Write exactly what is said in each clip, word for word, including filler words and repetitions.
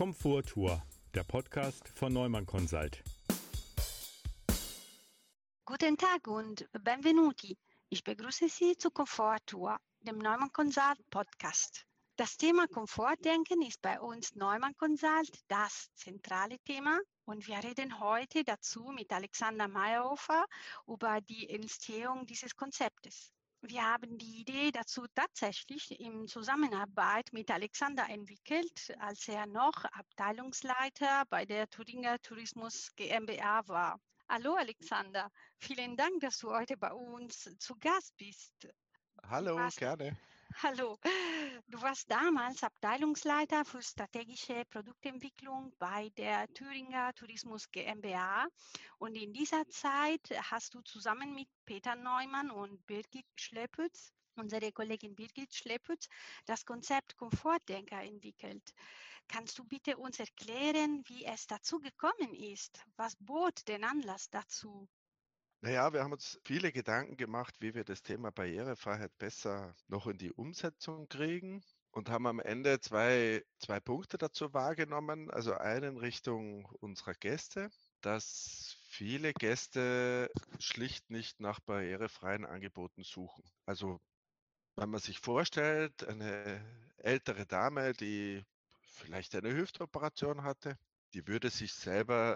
Komforttour, der Podcast von Neumann Consult. Guten Tag und benvenuti. Ich begrüße Sie zu Komforttour, dem Neumann Consult Podcast. Das Thema Komfortdenken ist bei uns Neumann Consult das zentrale Thema und wir reden heute dazu mit Alexander Meyerhofer über die Entstehung dieses Konzeptes. Wir haben die Idee dazu tatsächlich in Zusammenarbeit mit Alexander entwickelt, als er noch Abteilungsleiter bei der Thüringer Tourismus GmbH war. Hallo Alexander, vielen Dank, dass du heute bei uns zu Gast bist. Du Hallo, warst, gerne. hallo, du warst damals Abteilungsleiter für strategische Produktentwicklung bei der Thüringer Tourismus GmbH und in dieser Zeit hast du zusammen mit Peter Neumann und Birgit Schlepütz, unsere Kollegin Birgit Schlepütz, das Konzept Komfortdenker entwickelt. Kannst du bitte uns erklären, wie es dazu gekommen ist? Was bot den Anlass dazu? Naja, wir haben uns viele Gedanken gemacht, wie wir das Thema Barrierefreiheit besser noch in die Umsetzung kriegen und haben am Ende zwei, zwei Punkte dazu wahrgenommen. Also einen Richtung unserer Gäste, dass viele Gäste schlicht nicht nach barrierefreien Angeboten suchen. Also wenn man sich vorstellt, eine ältere Dame, die vielleicht eine Hüftoperation hatte, die würde sich selber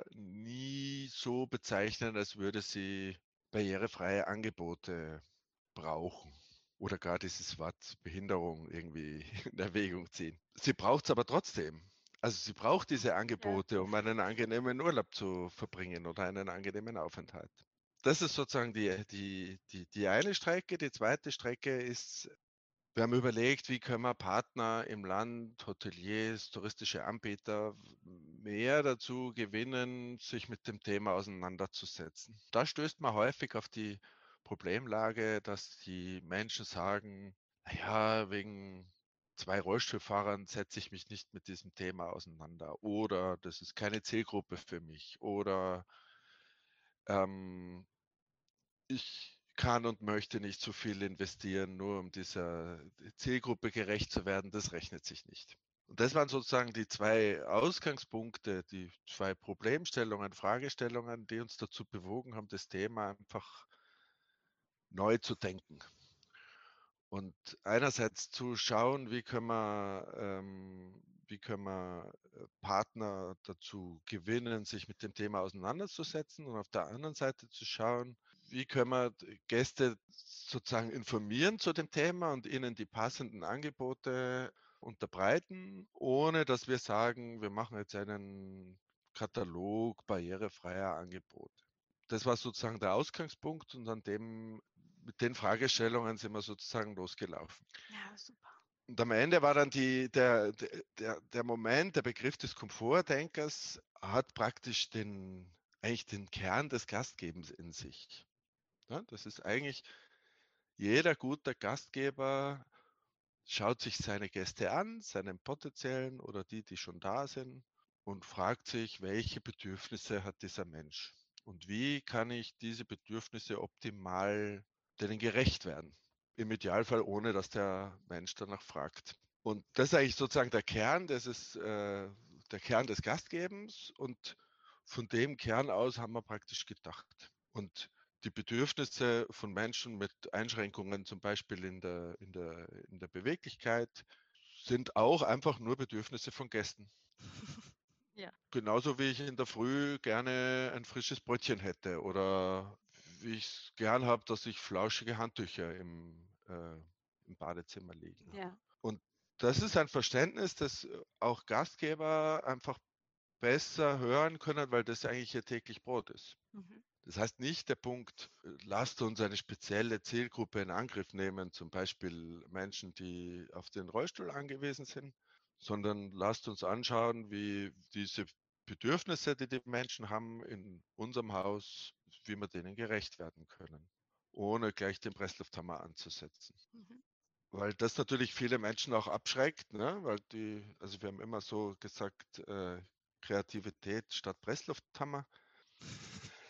nie so bezeichnen, als würde sie barrierefreie Angebote brauchen oder gar dieses Wort Behinderung irgendwie in Erwägung ziehen. Sie braucht es aber trotzdem. Also sie braucht diese Ja. Angebote, um einen angenehmen Urlaub zu verbringen oder einen angenehmen Aufenthalt. Das ist sozusagen die, die, die, die eine Strecke. Die zweite Strecke ist, wir haben überlegt, wie können wir Partner im Land, Hoteliers, touristische Anbieter mehr dazu gewinnen, sich mit dem Thema auseinanderzusetzen. Da stößt man häufig auf die Problemlage, dass die Menschen sagen, naja, wegen zwei Rollstuhlfahrern setze ich mich nicht mit diesem Thema auseinander oder das ist keine Zielgruppe für mich oder ähm, ich kann und möchte nicht so viel investieren, nur um dieser Zielgruppe gerecht zu werden, das rechnet sich nicht. Und das waren sozusagen die zwei Ausgangspunkte, die zwei Problemstellungen, Fragestellungen, die uns dazu bewogen haben, das Thema einfach neu zu denken. Und einerseits zu schauen, wie können wir, ähm, wie können wir Partner dazu gewinnen, sich mit dem Thema auseinanderzusetzen und auf der anderen Seite zu schauen, wie können wir Gäste sozusagen informieren zu dem Thema und ihnen die passenden Angebote unterbreiten, ohne dass wir sagen, wir machen jetzt einen Katalog barrierefreier Angebote. Das war sozusagen der Ausgangspunkt und an dem, mit den Fragestellungen sind wir sozusagen losgelaufen. Ja, super. Und am Ende war dann die, der, der, der Moment, der Begriff des Komfortdenkers hat praktisch den, eigentlich den Kern des Gastgebens in sich. Ja, das ist eigentlich, jeder gute Gastgeber schaut sich seine Gäste an, seinen potenziellen oder die, die schon da sind, und fragt sich, welche Bedürfnisse hat dieser Mensch und wie kann ich diese Bedürfnisse optimal denen gerecht werden. Im Idealfall ohne, dass der Mensch danach fragt. Und das ist eigentlich sozusagen der Kern, das ist äh, der Kern des Gastgebens und von dem Kern aus haben wir praktisch gedacht. Und die Bedürfnisse von Menschen mit Einschränkungen, zum Beispiel in der, in der, in der Beweglichkeit, sind auch einfach nur Bedürfnisse von Gästen. Ja. Genauso wie ich in der Früh gerne ein frisches Brötchen hätte oder wie ich es gern habe, dass ich flauschige Handtücher im, äh, im Badezimmer liegen habe. Ja. Und das ist ein Verständnis, das auch Gastgeber einfach besser hören können, weil das eigentlich ihr täglich Brot ist. Mhm. Das heißt nicht der Punkt, lasst uns eine spezielle Zielgruppe in Angriff nehmen, zum Beispiel Menschen, die auf den Rollstuhl angewiesen sind, sondern lasst uns anschauen, wie diese Bedürfnisse, die die Menschen haben in unserem Haus, wie wir denen gerecht werden können, ohne gleich den Presslufthammer anzusetzen. Mhm. Weil das natürlich viele Menschen auch abschreckt, ne? Weil die, also wir haben immer so gesagt, äh, Kreativität statt Presslufthammer.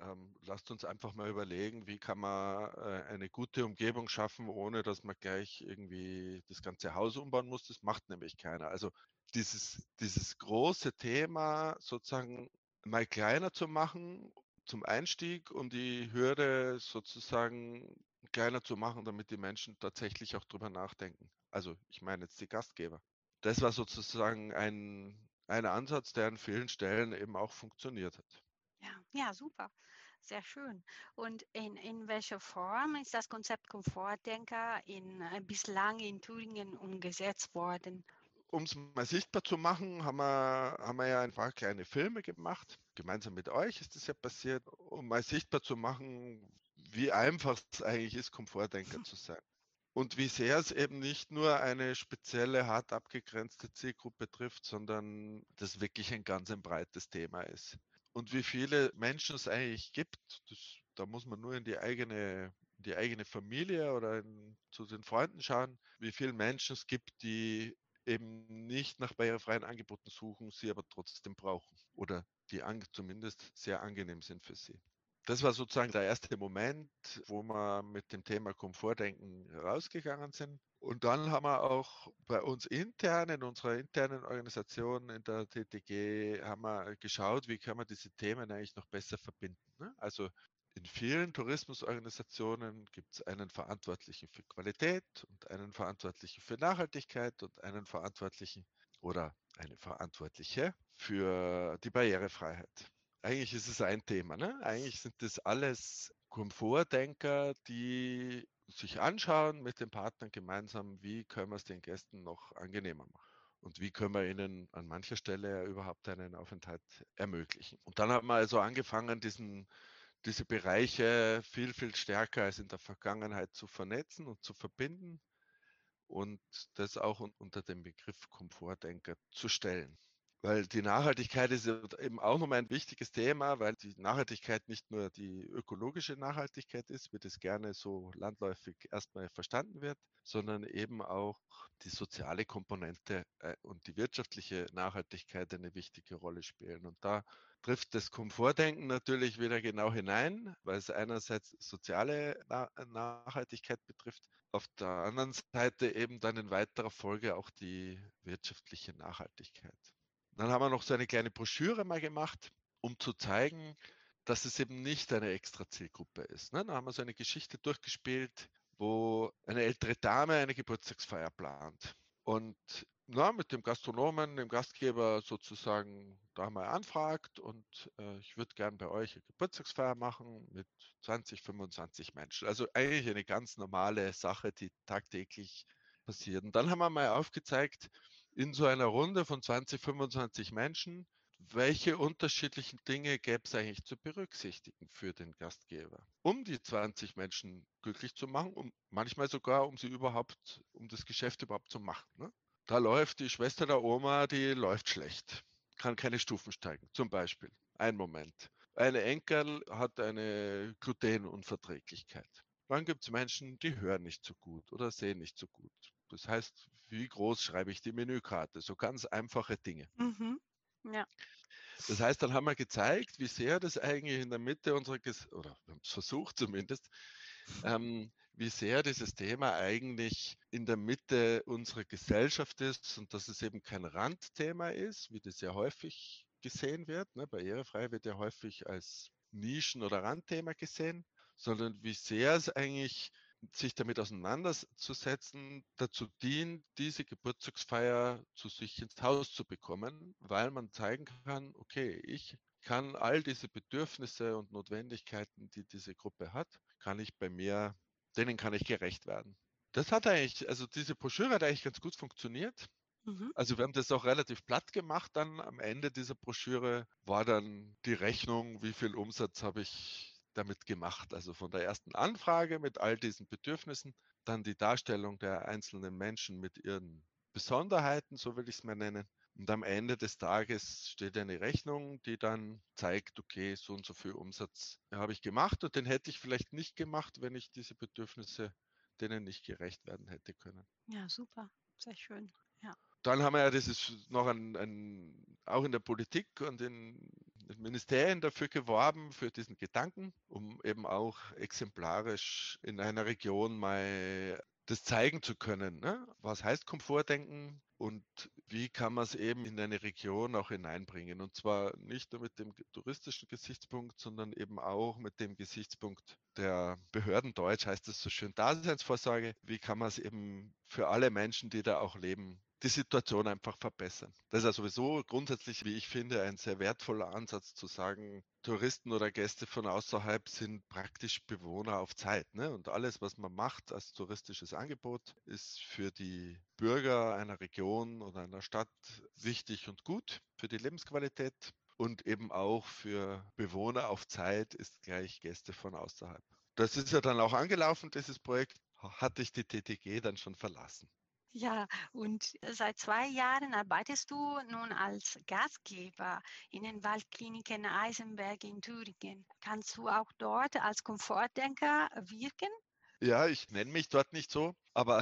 ähm, lasst uns einfach mal überlegen, wie kann man äh, eine gute Umgebung schaffen, ohne dass man gleich irgendwie das ganze Haus umbauen muss. Das macht nämlich keiner. Also dieses, dieses große Thema sozusagen mal kleiner zu machen zum Einstieg, um die Hürde sozusagen kleiner zu machen, damit die Menschen tatsächlich auch drüber nachdenken. Also ich meine jetzt die Gastgeber. Das war sozusagen ein, ein Ansatz, der an vielen Stellen eben auch funktioniert hat. Ja, ja, super. Sehr schön. Und in, in welcher Form ist das Konzept Komfortdenker in, äh, bislang in Thüringen umgesetzt worden? Um es mal sichtbar zu machen, haben wir, haben wir ja ein paar kleine Filme gemacht. Gemeinsam mit euch ist das ja passiert, um mal sichtbar zu machen, wie einfach es eigentlich ist, Komfortdenker zu sein. Und wie sehr es eben nicht nur eine spezielle, hart abgegrenzte Zielgruppe trifft, sondern das wirklich ein ganz ein breites Thema ist. Und wie viele Menschen es eigentlich gibt, das, da muss man nur in die eigene, in die eigene Familie oder in, zu den Freunden schauen, wie viele Menschen es gibt, die eben nicht nach barrierefreien Angeboten suchen, sie aber trotzdem brauchen oder die an, zumindest sehr angenehm sind für sie. Das war sozusagen der erste Moment, wo wir mit dem Thema Komfortdenken rausgegangen sind. Und dann haben wir auch bei uns intern, in unserer internen Organisation, in der T T G, haben wir geschaut, wie kann man diese Themen eigentlich noch besser verbinden. Ne? Also in vielen Tourismusorganisationen gibt es einen Verantwortlichen für Qualität und einen Verantwortlichen für Nachhaltigkeit und einen Verantwortlichen oder eine Verantwortliche für die Barrierefreiheit. Eigentlich ist es ein Thema, ne? Eigentlich sind das alles Komfortdenker, die sich anschauen mit den Partnern gemeinsam, wie können wir es den Gästen noch angenehmer machen und wie können wir ihnen an mancher Stelle überhaupt einen Aufenthalt ermöglichen. Und dann haben wir also angefangen, diesen, diese Bereiche viel, viel stärker als in der Vergangenheit zu vernetzen und zu verbinden und das auch unter dem Begriff Komfortdenker zu stellen. Weil die Nachhaltigkeit ist eben auch nochmal ein wichtiges Thema, weil die Nachhaltigkeit nicht nur die ökologische Nachhaltigkeit ist, wie das gerne so landläufig erstmal verstanden wird, sondern eben auch die soziale Komponente äh, und die wirtschaftliche Nachhaltigkeit eine wichtige Rolle spielen. Und da trifft das Komfortdenken natürlich wieder genau hinein, weil es einerseits soziale Nachhaltigkeit betrifft, auf der anderen Seite eben dann in weiterer Folge auch die wirtschaftliche Nachhaltigkeit. Dann haben wir noch so eine kleine Broschüre mal gemacht, um zu zeigen, dass es eben nicht eine extra Zielgruppe ist. Ne? Da haben wir so eine Geschichte durchgespielt, wo eine ältere Dame eine Geburtstagsfeier plant. Und na, mit dem Gastronomen, dem Gastgeber sozusagen da mal anfragt und äh, ich würde gern bei euch eine Geburtstagsfeier machen mit zwanzig, fünfundzwanzig Menschen. Also eigentlich eine ganz normale Sache, die tagtäglich passiert. Und dann haben wir mal aufgezeigt, in so einer Runde von zwanzig, fünfundzwanzig Menschen, welche unterschiedlichen Dinge gäbe es eigentlich zu berücksichtigen für den Gastgeber, um die zwanzig Menschen glücklich zu machen, um manchmal sogar, um sie überhaupt, um das Geschäft überhaupt zu machen. Ne? Da läuft die Schwester der Oma, die läuft schlecht, kann keine Stufen steigen, zum Beispiel. Ein Moment. Ein Enkel hat eine Glutenunverträglichkeit. Dann gibt es Menschen, die hören nicht so gut oder sehen nicht so gut. Das heißt, wie groß schreibe ich die Menükarte? So ganz einfache Dinge. Mhm. Ja. Das heißt, dann haben wir gezeigt, wie sehr das eigentlich in der Mitte unserer, Ges oder wir haben es versucht zumindest, ähm, wie sehr dieses Thema eigentlich in der Mitte unserer Gesellschaft ist und dass es eben kein Randthema ist, wie das ja häufig gesehen wird. Ne? Barrierefrei wird ja häufig als Nischen- oder Randthema gesehen, sondern wie sehr es eigentlich sich damit auseinanderzusetzen, dazu dient, diese Geburtstagsfeier zu sich ins Haus zu bekommen, weil man zeigen kann, okay, ich kann all diese Bedürfnisse und Notwendigkeiten, die diese Gruppe hat, kann ich bei mir, denen kann ich gerecht werden. Das hat eigentlich, also diese Broschüre hat eigentlich ganz gut funktioniert. Mhm. Also wir haben das auch relativ platt gemacht dann. Am Ende dieser Broschüre war dann die Rechnung, wie viel Umsatz habe ich damit gemacht. Also von der ersten Anfrage mit all diesen Bedürfnissen, dann die Darstellung der einzelnen Menschen mit ihren Besonderheiten, so will ich es mal nennen. Und am Ende des Tages steht eine Rechnung, die dann zeigt, okay, so und so viel Umsatz habe ich gemacht und den hätte ich vielleicht nicht gemacht, wenn ich diese Bedürfnisse denen nicht gerecht werden hätte können. Ja, super. Sehr schön. Ja. Dann haben wir ja das ist noch ein, ein, auch in der Politik und in, Ministerien dafür geworben, für diesen Gedanken, um eben auch exemplarisch in einer Region mal das zeigen zu können. Ne? Was heißt Komfortdenken und wie kann man es eben in eine Region auch hineinbringen? Und zwar nicht nur mit dem touristischen Gesichtspunkt, sondern eben auch mit dem Gesichtspunkt der Behördendeutsch, heißt es so schön, Daseinsvorsorge. Wie kann man es eben für alle Menschen, die da auch leben, die Situation einfach verbessern. Das ist ja sowieso grundsätzlich, wie ich finde, ein sehr wertvoller Ansatz zu sagen, Touristen oder Gäste von außerhalb sind praktisch Bewohner auf Zeit. Ne? Und alles, was man macht als touristisches Angebot, ist für die Bürger einer Region oder einer Stadt wichtig und gut für die Lebensqualität. Und eben auch für Bewohner auf Zeit ist gleich Gäste von außerhalb. Das ist ja dann auch angelaufen, dieses Projekt, hatte ich die T T G dann schon verlassen. Ja, und seit zwei Jahren arbeitest du nun als Gastgeber in den Waldkliniken Eisenberg in Thüringen. Kannst du auch dort als Komfortdenker wirken? Ja, ich nenne mich dort nicht so, aber,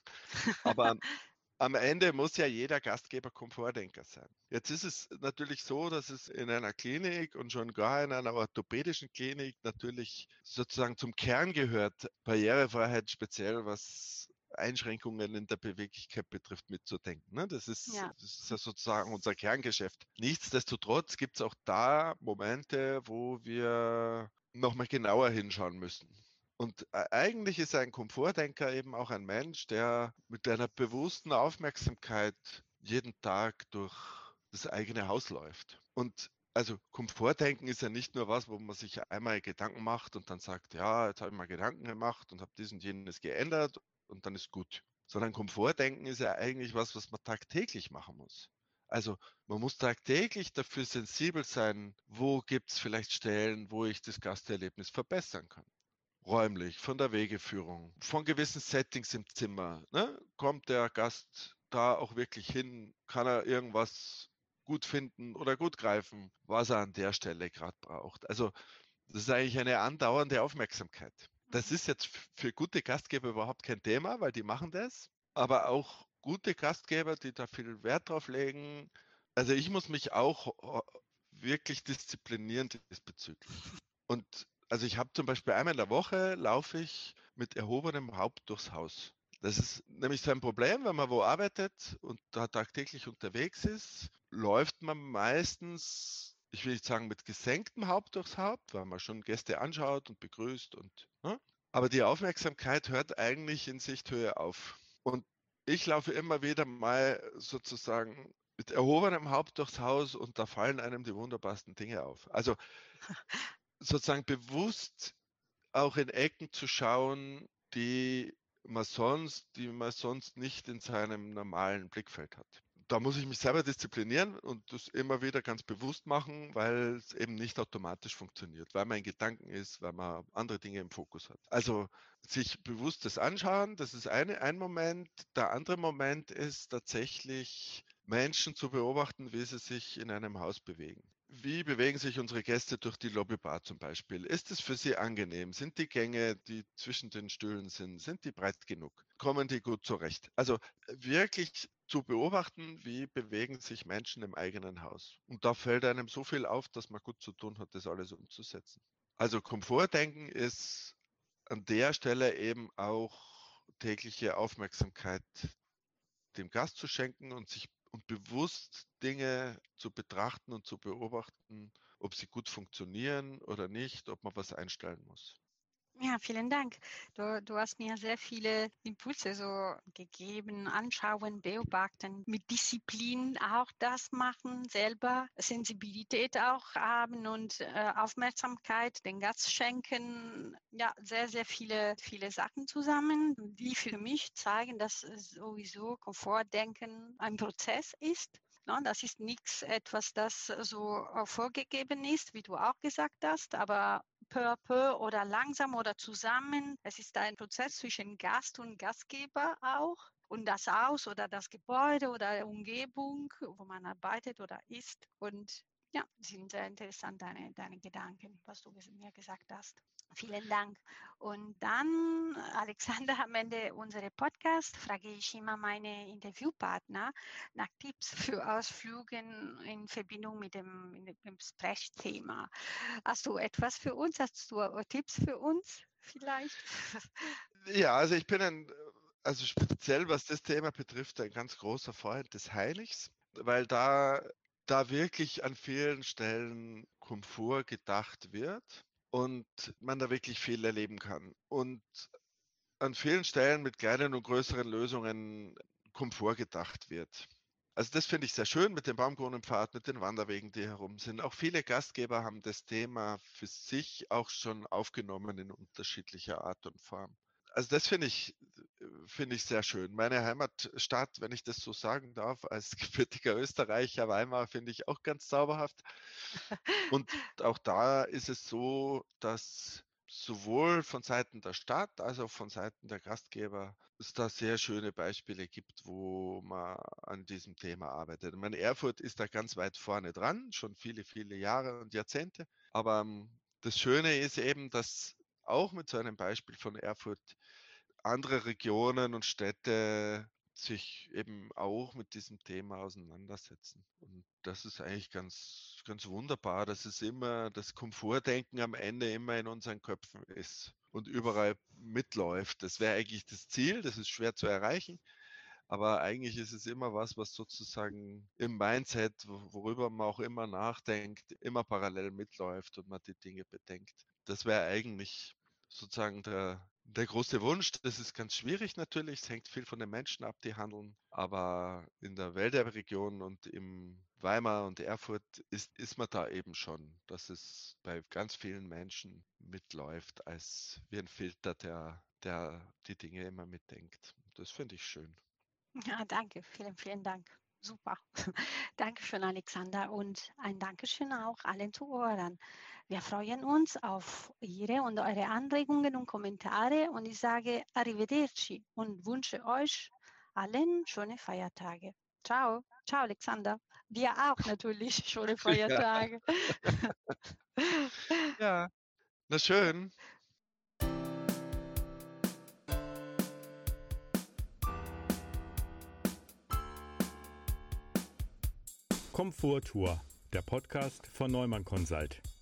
aber am Ende muss ja jeder Gastgeber Komfortdenker sein. Jetzt ist es natürlich so, dass es in einer Klinik und schon gar in einer orthopädischen Klinik natürlich sozusagen zum Kern gehört, Barrierefreiheit speziell was Einschränkungen in der Beweglichkeit betrifft, mitzudenken. Ne? Das ist, Ja. das ist ja sozusagen unser Kerngeschäft. Nichtsdestotrotz gibt es auch da Momente, wo wir nochmal genauer hinschauen müssen. Und e- eigentlich ist ein Komfortdenker eben auch ein Mensch, der mit einer bewussten Aufmerksamkeit jeden Tag durch das eigene Haus läuft. Und also Komfortdenken ist ja nicht nur was, wo man sich einmal Gedanken macht und dann sagt, ja, jetzt habe ich mal Gedanken gemacht und habe dies und jenes geändert und dann ist gut. Sondern Komfortdenken ist ja eigentlich was, was man tagtäglich machen muss. Also man muss tagtäglich dafür sensibel sein, wo gibt es vielleicht Stellen, wo ich das Gasterlebnis verbessern kann. Räumlich, von der Wegeführung, von gewissen Settings im Zimmer. Ne? Kommt der Gast da auch wirklich hin? Kann er irgendwas gut finden oder gut greifen, was er an der Stelle gerade braucht? Also das ist eigentlich eine andauernde Aufmerksamkeit. Das Mhm. ist jetzt für gute Gastgeber überhaupt kein Thema, weil die machen das. Aber auch gute Gastgeber, die da viel Wert drauf legen. Also ich muss mich auch äh, wirklich disziplinieren diesbezüglich. Und also ich habe zum Beispiel einmal in der Woche laufe ich mit erhobenem Haupt durchs Haus. Das ist nämlich so ein Problem, wenn man wo arbeitet und da tagtäglich unterwegs ist, läuft man meistens, ich will nicht sagen mit gesenktem Haupt durchs Haupt, weil man schon Gäste anschaut und begrüßt und, ne? Aber die Aufmerksamkeit hört eigentlich in Sichthöhe auf. Und ich laufe immer wieder mal sozusagen mit erhobenem Haupt durchs Haus und da fallen einem die wunderbarsten Dinge auf. Also sozusagen bewusst auch in Ecken zu schauen, die man sonst, die man sonst nicht in seinem normalen Blickfeld hat. Da muss ich mich selber disziplinieren und das immer wieder ganz bewusst machen, weil es eben nicht automatisch funktioniert, weil man in Gedanken ist, weil man andere Dinge im Fokus hat. Also sich bewusst das anschauen, das ist eine, ein Moment. Der andere Moment ist tatsächlich Menschen zu beobachten, wie sie sich in einem Haus bewegen. Wie bewegen sich unsere Gäste durch die Lobbybar zum Beispiel? Ist es für sie angenehm? Sind die Gänge, die zwischen den Stühlen sind, sind die breit genug? Kommen die gut zurecht? Also wirklich zu beobachten, wie bewegen sich Menschen im eigenen Haus. Und da fällt einem so viel auf, dass man gut zu tun hat, das alles umzusetzen. Also Komfortdenken ist an der Stelle eben auch tägliche Aufmerksamkeit dem Gast zu schenken und sich und bewusst Dinge zu betrachten und zu beobachten, ob sie gut funktionieren oder nicht, ob man was einstellen muss. Ja, vielen Dank. Du, du hast mir sehr viele Impulse so gegeben, anschauen, beobachten, mit Disziplin auch das machen, selber Sensibilität auch haben und äh, Aufmerksamkeit, den Gast schenken. Ja, sehr, sehr viele, viele Sachen zusammen, die für mich zeigen, dass es sowieso Komfortdenken ein Prozess ist. No, das ist nichts etwas, das so äh, vorgegeben ist, wie du auch gesagt hast, aber peu à peu oder langsam oder zusammen. Es ist ein Prozess zwischen Gast und Gastgeber auch. Und das Haus oder das Gebäude oder die Umgebung, wo man arbeitet oder ist. Und Ja, sind sehr interessant, deine, deine Gedanken, was du mir gesagt hast. Vielen Dank. Und dann, Alexander, am Ende unseres Podcasts frage ich immer meine Interviewpartner nach Tipps für Ausflüge in Verbindung mit dem, mit dem Sprechthema. Hast du etwas für uns? Hast du Tipps für uns vielleicht? Ja, also ich bin ein, also speziell was das Thema betrifft, ein ganz großer Freund des Heiligs, weil da, da wirklich an vielen Stellen Komfort gedacht wird und man da wirklich viel erleben kann. Und an vielen Stellen mit kleinen und größeren Lösungen Komfort gedacht wird. Also das finde ich sehr schön mit dem Baumkronenpfad, mit den Wanderwegen, die herum sind. Auch viele Gastgeber haben das Thema für sich auch schon aufgenommen in unterschiedlicher Art und Form. Also das finde ich, finde ich sehr schön. Meine Heimatstadt, wenn ich das so sagen darf, als gebürtiger Österreicher, Weimar, finde ich auch ganz zauberhaft. Und auch da ist es so, dass sowohl von Seiten der Stadt als auch von Seiten der Gastgeber es da sehr schöne Beispiele gibt, wo man an diesem Thema arbeitet. Ich meine, Erfurt ist da ganz weit vorne dran, schon viele, viele Jahre und Jahrzehnte. Aber ähm, das Schöne ist eben, dass auch mit so einem Beispiel von Erfurt andere Regionen und Städte sich eben auch mit diesem Thema auseinandersetzen. Und das ist eigentlich ganz, ganz wunderbar, dass es immer das Komfortdenken am Ende immer in unseren Köpfen ist und überall mitläuft. Das wäre eigentlich das Ziel, das ist schwer zu erreichen. Aber eigentlich ist es immer was, was sozusagen im Mindset, worüber man auch immer nachdenkt, immer parallel mitläuft und man die Dinge bedenkt. Das wäre eigentlich sozusagen der, der große Wunsch. Das ist ganz schwierig natürlich. Es hängt viel von den Menschen ab, die handeln. Aber in der Wälderregion und im Weimar und Erfurt ist, ist man da eben schon, dass es bei ganz vielen Menschen mitläuft, als wie ein Filter, der, der die Dinge immer mitdenkt. Das finde ich schön. Ja, danke, vielen, vielen Dank. Super. Dankeschön, Alexander. Und ein Dankeschön auch allen Zuhörern. Wir freuen uns auf Ihre und eure Anregungen und Kommentare. Und ich sage Arrivederci und wünsche euch allen schöne Feiertage. Ciao. Ciao, Alexander. Dir auch natürlich schöne Feiertage. Ja, na schön. Komforttour, der Podcast von Neumann Consult.